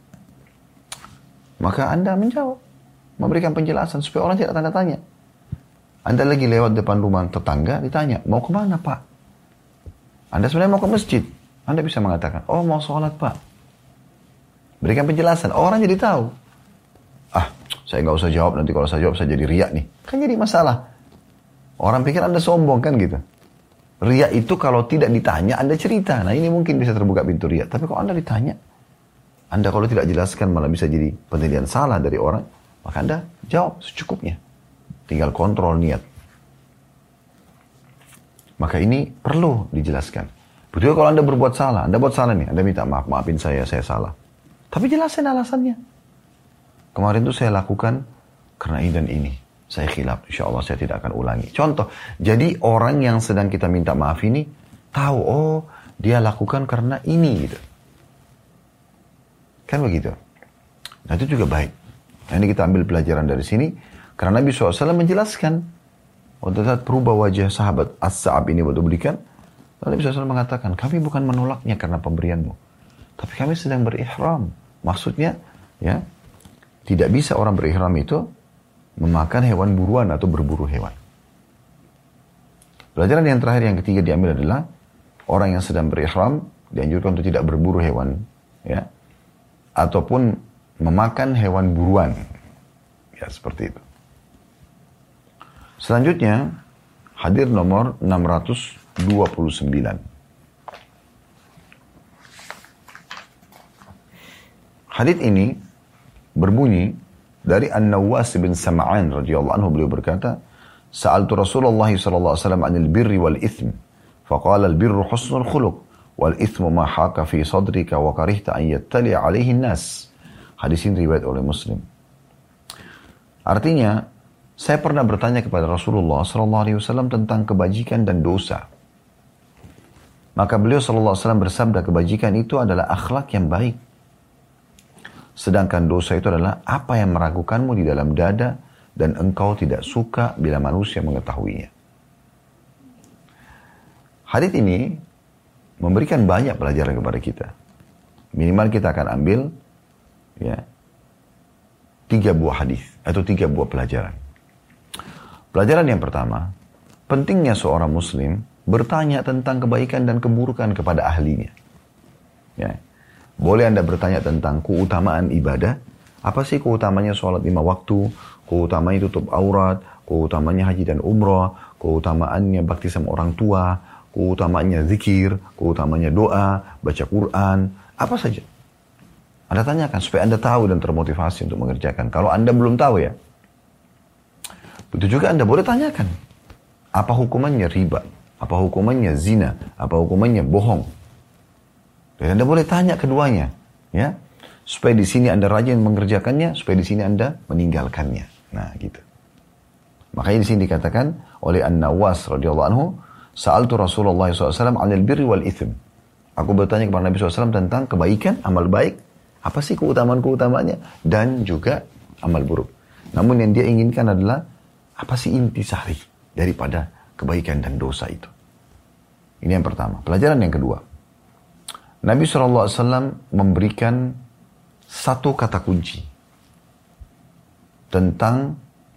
maka Anda menjawab, memberikan penjelasan supaya orang tidak tanda tanya. Anda lagi lewat depan rumah tetangga, ditanya, mau kemana Pak? Anda sebenarnya mau ke masjid. Anda bisa mengatakan, oh mau sholat Pak. Berikan penjelasan, orang jadi tahu. Saya nggak usah jawab, nanti kalau saya jawab saya jadi riya nih. Kan jadi masalah. Orang pikir Anda sombong kan gitu. Riya itu kalau tidak ditanya, Anda cerita. Nah ini mungkin bisa terbuka pintu riya. Tapi kalau Anda ditanya, Anda kalau tidak jelaskan malah bisa jadi penilaian salah dari orang. Maka Anda jawab secukupnya. Tinggal kontrol niat. Maka ini perlu dijelaskan. Betul kalau Anda berbuat salah, Anda buat salah nih, Anda minta maaf, maafin saya salah. Tapi jelasin alasannya. Kemarin tuh saya lakukan karena ini dan ini. Saya khilaf, insya Allah saya tidak akan ulangi. Contoh, jadi orang yang sedang kita minta maaf ini tahu, oh dia lakukan karena ini gitu. Kan begitu. Nah itu juga baik. Nah ini kita ambil pelajaran dari sini. Karena Nabi SAW menjelaskan. Waktu saat berubah wajah sahabat As-Sa'ab ini waktu berikan. Nabi SAW mengatakan, kami bukan menolaknya karena pemberianmu. Tapi kami sedang berihram. Maksudnya, ya, tidak bisa orang berihram itu memakan hewan buruan atau berburu hewan. Pelajaran yang terakhir yang ketiga diambil adalah orang yang sedang berihram dianjurkan untuk tidak berburu hewan, ya, ataupun memakan hewan buruan, ya seperti itu. Selanjutnya hadir nomor 629. Hadits ini berbunyi dari An-Nawas bin Sam'an radhiyallahu anhu, beliau berkata, "Sa'altu Rasulullah sallallahu alaihi wasallam 'anil birri wal itsm, faqala al-birru husnul khuluq wal itsmu ma haka fi sadrika wa karihta an yattali 'alaihi an-nas." Hadis ini riwayat oleh Muslim. Artinya, saya pernah bertanya kepada Rasulullah sallallahu alaihi wasallam tentang kebajikan dan dosa. Maka beliau sallallahu alaihi wasallam bersabda, kebajikan itu adalah akhlak yang baik. Sedangkan dosa itu adalah apa yang meragukanmu di dalam dada dan engkau tidak suka bila manusia mengetahuinya. Hadits ini memberikan banyak pelajaran kepada kita. Minimal kita akan ambil, ya, 3 buah hadis atau 3 buah pelajaran. Pelajaran yang pertama, pentingnya seorang muslim bertanya tentang kebaikan dan keburukan kepada ahlinya. Ya. Boleh Anda bertanya tentang keutamaan ibadah. Apa sih keutamanya sholat 5 waktu? Keutamanya tutup aurat? Keutamanya haji dan umrah? Keutamaannya bakti sama orang tua? Keutamaannya zikir? Keutamanya doa? Baca Quran? Apa saja. Anda tanyakan supaya Anda tahu dan termotivasi untuk mengerjakan. Kalau Anda belum tahu ya. Begitu juga Anda boleh tanyakan. Apa hukumannya riba? Apa hukumannya zina? Apa hukumannya bohong? Dan Anda boleh tanya keduanya, ya, supaya di sini Anda rajin mengerjakannya, supaya di sini Anda meninggalkannya. Nah, gitu. Makanya di sini dikatakan oleh An-Nawas radhiyallahu anhu, "Sa'altu Rasulullah SAW 'anil birri wal itsm." Aku bertanya kepada Nabi SAW tentang kebaikan, amal baik, apa sih keutamaan-keutamaannya, dan juga amal buruk. Namun yang dia inginkan adalah apa sih intisari daripada kebaikan dan dosa itu. Ini yang pertama. Pelajaran yang kedua. Nabi SAW memberikan satu kata kunci tentang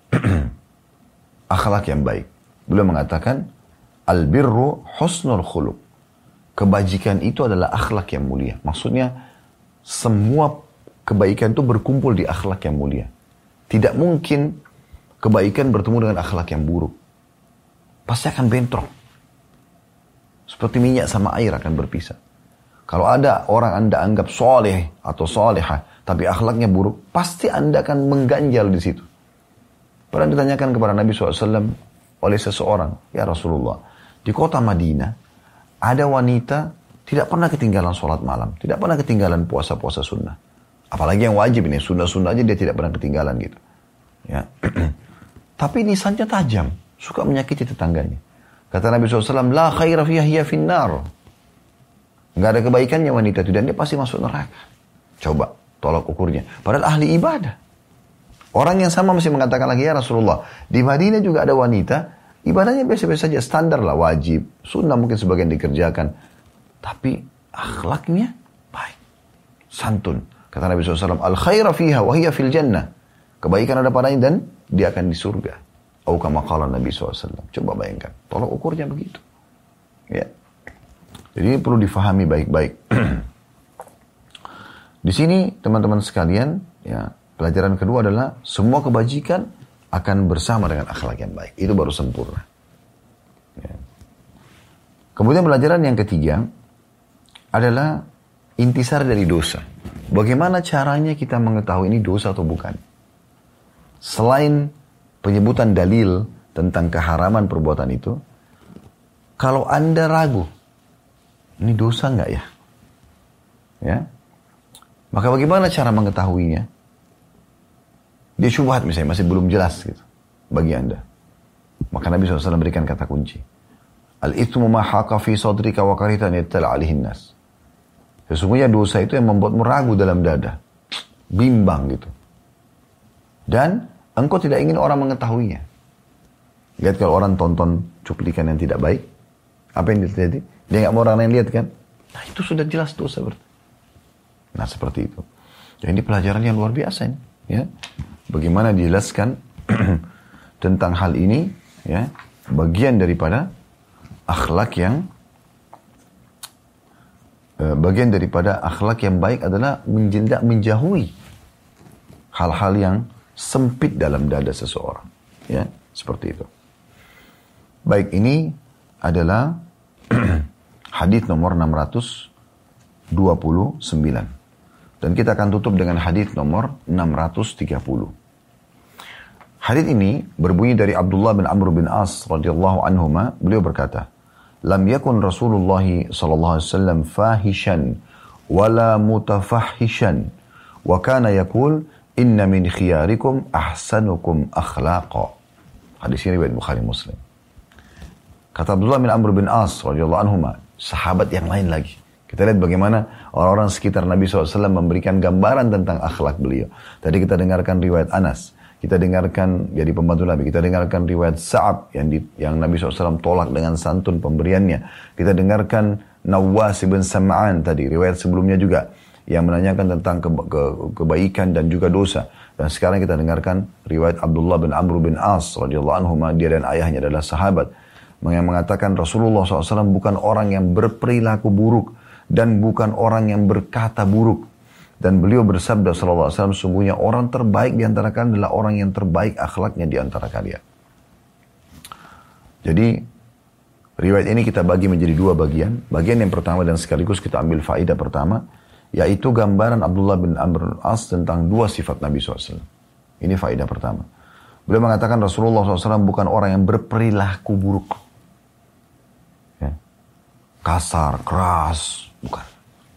akhlak yang baik. Beliau mengatakan, al-birru husnul khuluq. Kebajikan itu adalah akhlak yang mulia. Maksudnya, semua kebaikan itu berkumpul di akhlak yang mulia. Tidak mungkin kebaikan bertemu dengan akhlak yang buruk. Pasti akan bentrok. Seperti minyak sama air akan berpisah. Kalau ada orang Anda anggap soleh atau solehah, tapi akhlaknya buruk, pasti Anda akan mengganjal di situ. Pernah ditanyakan kepada Nabi SAW oleh seseorang, ya Rasulullah, di kota Madinah, ada wanita tidak pernah ketinggalan sholat malam, tidak pernah ketinggalan puasa-puasa sunnah. Apalagi yang wajib ini, sunnah-sunnah aja dia tidak pernah ketinggalan gitu. Ya. Tapi lisannya tajam, suka menyakiti tetangganya. Kata Nabi SAW, la khaira fiha hiya finnar. Nggak ada kebaikannya wanita itu dan dia pasti masuk neraka. Coba tolak ukurnya. Padahal ahli ibadah. Orang yang sama masih mengatakan lagi, ya Rasulullah, di Madinah juga ada wanita, ibadahnya biasa-biasa saja, standar lah, wajib, sunnah mungkin sebagian dikerjakan. Tapi akhlaknya baik. Santun. Kata Nabi SAW, al-khaira fiha wa hiya fil jannah. Kebaikan ada padanya dan dia akan di surga. Atau kama qala Nabi SAW. Coba bayangkan. Tolak ukurnya begitu. Ya. Jadi ini perlu difahami baik-baik. Di sini teman-teman sekalian, ya, pelajaran kedua adalah semua kebajikan akan bersama dengan akhlak yang baik. Itu baru sempurna. Ya. Kemudian pelajaran yang ketiga adalah intisar dari dosa. Bagaimana caranya kita mengetahui ini dosa atau bukan? selain penyebutan dalil tentang keharaman perbuatan itu, kalau Anda ragu, ini dosa nggak ya? Ya, maka bagaimana cara mengetahuinya? Dia syubhat misalnya, masih belum jelas gitu bagi Anda. Maka Nabi SAW berikan kata kunci. Al-ithmu ma haqa fi sadrika wa karihta an yattala alihin nas. Sesungguhnya dosa itu yang membuatmu ragu dalam dada. Bimbang gitu. Dan engkau tidak ingin orang mengetahuinya. Lihat kalau orang tonton cuplikan yang tidak baik, apa yang terjadi? Dia nggak mau orang lain lihat kan? Nah itu sudah jelas dosa berarti. Nah seperti itu. Jadi ini pelajaran yang luar biasa ini. Ya. Bagaimana dijelaskan tentang hal ini, ya, bagian daripada akhlak yang baik adalah menjauhi hal-hal yang sempit dalam dada seseorang, ya, seperti itu. Baik, ini adalah hadis nomor 629 dan kita akan tutup dengan hadis nomor 630. Hadis ini berbunyi dari Abdullah bin Amr bin As radhiyallahu anhuma. Beliau berkata, "Lam yakun Rasulullah sallallahu alaihi wasallam fahishan wala mutafahishan, wa kana yaqul inna min khiyarikum ahsanukum akhlaqa." Hadis ini riwayat Bukhari Muslim. Kata Abdullah bin Amr bin As radhiyallahu anhuma, sahabat yang lain lagi. Kita lihat bagaimana orang-orang sekitar Nabi SAW memberikan gambaran tentang akhlak beliau. Tadi kita dengarkan riwayat Anas. Kita dengarkan jadi pembantu Nabi. Kita dengarkan riwayat Sa'ab yang Nabi SAW tolak dengan santun pemberiannya. Kita dengarkan Nawas bin Sam'an tadi. Riwayat sebelumnya juga. Yang menanyakan tentang kebaikan dan juga dosa. Dan sekarang kita dengarkan riwayat Abdullah bin Amr bin As radhiyallahu anhu. Dia dan ayahnya adalah sahabat. Yang mengatakan Rasulullah SAW bukan orang yang berperilaku buruk. Dan bukan orang yang berkata buruk. Dan beliau bersabda sallallahu alaihi wasallam, sungguhnya orang terbaik di antara kalian adalah orang yang terbaik akhlaknya di antara kalian. Jadi riwayat ini kita bagi menjadi dua bagian. Bagian yang pertama dan sekaligus kita ambil faedah pertama, yaitu gambaran Abdullah bin Amr As tentang dua sifat Nabi SAW. Ini faedah pertama. Beliau mengatakan Rasulullah SAW bukan orang yang berperilaku buruk. Ya. Kasar, keras, bukan.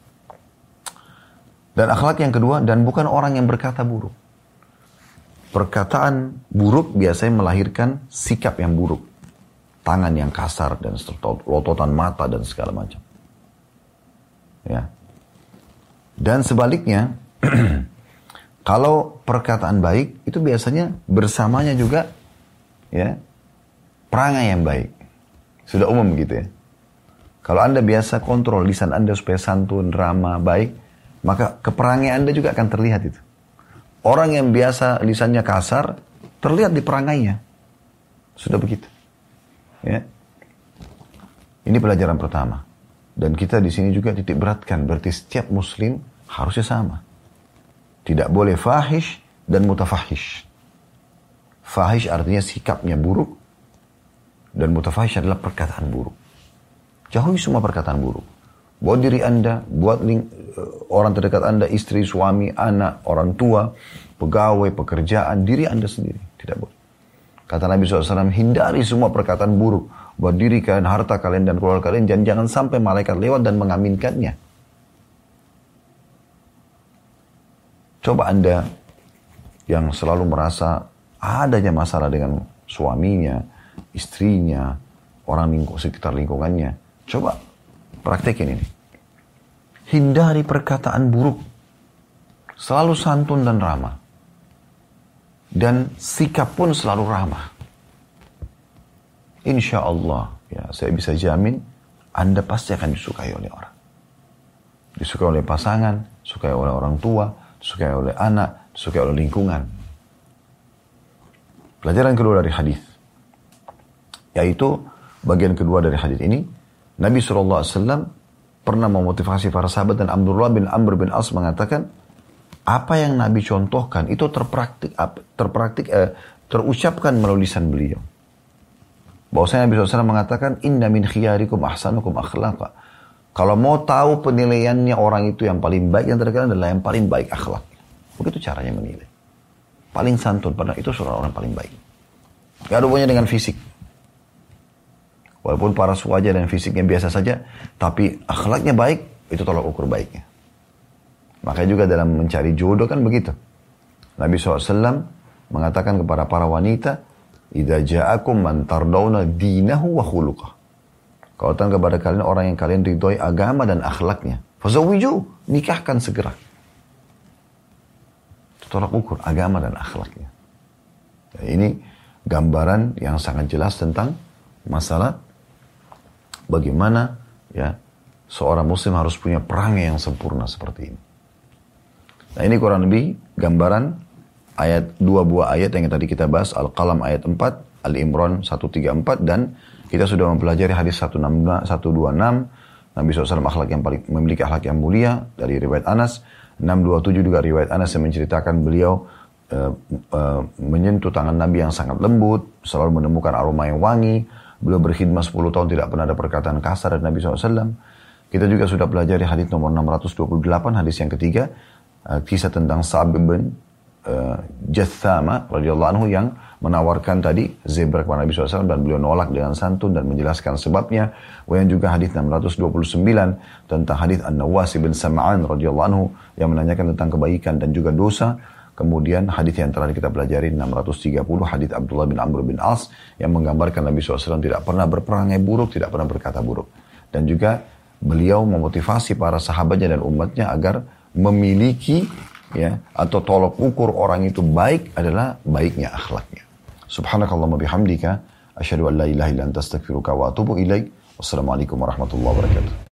Dan akhlak yang kedua, dan bukan orang yang berkata buruk. Perkataan buruk biasanya melahirkan sikap yang buruk. Tangan yang kasar dan lototan mata dan segala macam. Ya. Dan sebaliknya, kalau perkataan baik, itu biasanya bersamanya juga ya perangai yang baik. Sudah umum begitu ya. Kalau Anda biasa kontrol lisan Anda supaya santun, ramah, baik, maka keperangai Anda juga akan terlihat itu. Orang yang biasa lisannya kasar, terlihat di perangainya. Sudah begitu. Ya. Ini pelajaran pertama. Dan kita di sini juga titik beratkan. Berarti setiap muslim harusnya sama. Tidak boleh fahish dan mutafahish. Fahish artinya sikapnya buruk. Dan mutafahish adalah perkataan buruk. Jauhi semua perkataan buruk. Buat diri Anda, buat orang terdekat Anda, istri, suami, anak, orang tua, pegawai, pekerjaan, diri Anda sendiri. Tidak boleh. Kata Nabi SAW, hindari semua perkataan buruk. Buat diri kalian, harta kalian, dan keluarga kalian. Jangan sampai malaikat lewat dan mengaminkannya. Coba Anda yang selalu merasa adanya masalah dengan suaminya, istrinya, orang sekitar lingkungannya. Coba praktekin ini. Hindari perkataan buruk. Selalu santun dan ramah. Dan sikap pun selalu ramah. Insya Allah, ya, saya bisa jamin Anda pasti akan disukai oleh orang. Disukai oleh pasangan, disukai oleh orang tua, disukai oleh anak, disukai oleh lingkungan. Pelajaran kedua dari hadis, yaitu bagian kedua dari hadis ini, Nabi SAW pernah memotivasi para sahabat dan Abdullah bin Amr bin As mengatakan, apa yang Nabi contohkan itu terucapkan melalui lisan beliau. Bahwasanya Nabi SAW mengatakan, inna min khiyarikum ahsanukum akhlaqa. Kalau mau tahu penilaiannya orang itu yang paling baik yang terkadang adalah yang paling baik akhlak. Begitu caranya menilai. paling santun, padahal itu seorang orang paling baik. Gak ada hubungannya dengan fisik. Walaupun paras wajah dan fisiknya biasa saja, tapi akhlaknya baik, itu tolak ukur baiknya. Makanya juga dalam mencari jodoh kan begitu. Nabi SAW mengatakan kepada para wanita, "Idza ja'akum man tardawna dinahu wa khuluqah." Kalau datang kepada kalian orang yang kalian ridhoi agama dan akhlaknya, fazawwiju, nikahkan segera. Itu tolak ukur agama dan akhlaknya. Ini gambaran yang sangat jelas tentang masalah bagaimana ya seorang muslim harus punya perangai yang sempurna seperti ini. Nah, ini kurang lebih gambaran ayat, dua buah ayat yang tadi kita bahas, Al-Qalam ayat 4, Al-Imran 134, dan kita sudah mempelajari hadis 126, Nabi SAW memiliki akhlak yang mulia dari riwayat Anas. 627 juga riwayat Anas yang menceritakan beliau menyentuh tangan Nabi yang sangat lembut, selalu menemukan aroma yang wangi. Beliau berkhidmat 10 tahun tidak pernah ada perkataan kasar dari Nabi SAW. Kita juga sudah pelajari hadis nomor 628, hadis yang ketiga, kisah tentang Sa'ab bin Jathama radhiyallahu anhu yang menawarkan tadi zebra kepada Nabi SAW dan beliau nolak dengan santun dan menjelaskan sebabnya. Kemudian juga hadis 629 tentang hadis An-Nawas bin Sam'an radhiyallahu anhu yang menanyakan tentang kebaikan dan juga dosa. Kemudian hadis yang terakhir kita pelajari 630 hadis Abdullah bin Amr bin As yang menggambarkan Nabi SAW tidak pernah berperangai buruk, tidak pernah berkata buruk. Dan juga beliau memotivasi para sahabatnya dan umatnya agar memiliki ya atau tolok ukur orang itu baik adalah baiknya akhlaknya. Subhanakallahumma bihamdika asyhadu an la ilaha illa anta astaghfiruka wa atubu ilaik. Wassalamualaikum warahmatullahi wabarakatuh.